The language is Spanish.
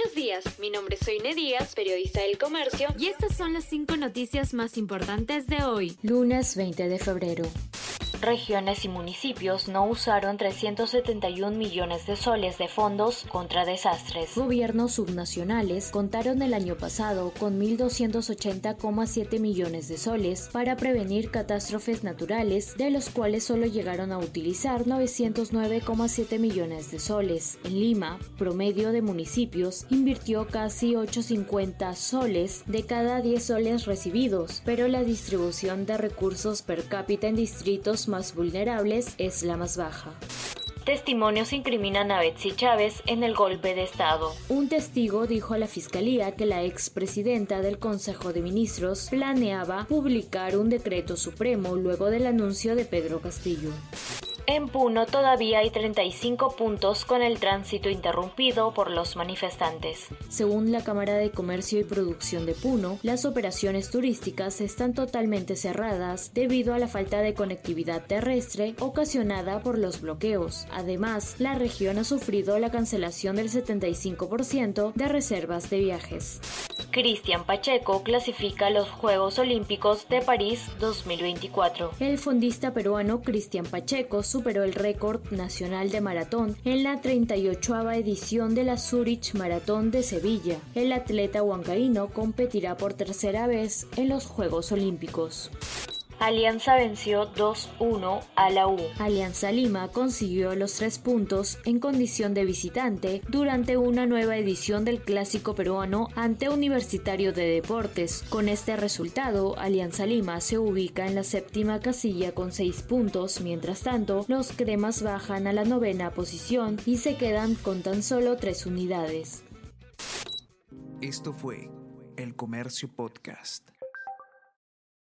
Buenos días, mi nombre es Soine Díaz, periodista del Comercio, y estas son las 5 noticias más importantes de hoy, lunes 20 de febrero. Regiones y municipios no usaron 371 millones de soles de fondos contra desastres. Gobiernos subnacionales contaron el año pasado con 1.280,7 millones de soles para prevenir catástrofes naturales, de los cuales solo llegaron a utilizar 909,7 millones de soles. En Lima, promedio de municipios invirtió casi 850 soles de cada 10 soles recibidos, pero la distribución de recursos per cápita en distritos más vulnerables es la más baja. Testimonios incriminan a Betsy Chávez en el golpe de Estado. Un testigo dijo a la fiscalía que la expresidenta del Consejo de Ministros planeaba publicar un decreto supremo luego del anuncio de Pedro Castillo. En Puno todavía hay 35 puntos con el tránsito interrumpido por los manifestantes. Según la Cámara de Comercio y Producción de Puno, las operaciones turísticas están totalmente cerradas debido a la falta de conectividad terrestre ocasionada por los bloqueos. Además, la región ha sufrido la cancelación del 75% de reservas de viajes. Cristian Pacheco clasifica a los Juegos Olímpicos de París 2024. El fondista peruano Cristian Pacheco superó el récord nacional de maratón en la 38ª edición de la Zurich Maratón de Sevilla. El atleta huancaíno competirá por tercera vez en los Juegos Olímpicos. Alianza venció 2-1 a la U. Alianza Lima consiguió los 3 puntos en condición de visitante durante una nueva edición del Clásico Peruano ante Universitario de Deportes. Con este resultado, Alianza Lima se ubica en la 7ª casilla con 6 puntos. Mientras tanto, los cremas bajan a la 9ª posición y se quedan con tan solo 3 unidades. Esto fue El Comercio Podcast.